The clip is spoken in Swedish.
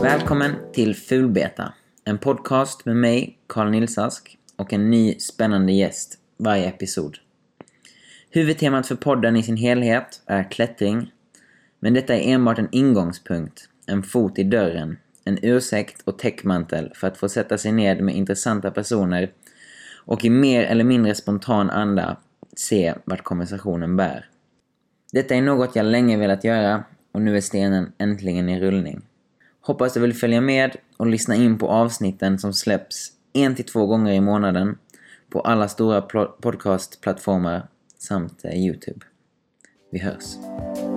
Välkommen till Fulbeta, en podcast med mig, Carl Nilsask, och en ny spännande gäst varje episod. Huvudtemat för podden i sin helhet är klättring, men detta är enbart en ingångspunkt, en fot i dörren, en ursäkt och täckmantel för att få sätta sig ned med intressanta personer och i mer eller mindre spontan anda se vart konversationen bär. Detta är något jag länge velat göra och nu är stenen äntligen i rullning. Hoppas du vill följa med och lyssna in på avsnitten som släpps 1-2 gånger i månaden på alla stora podcastplattformar samt YouTube. Vi hörs.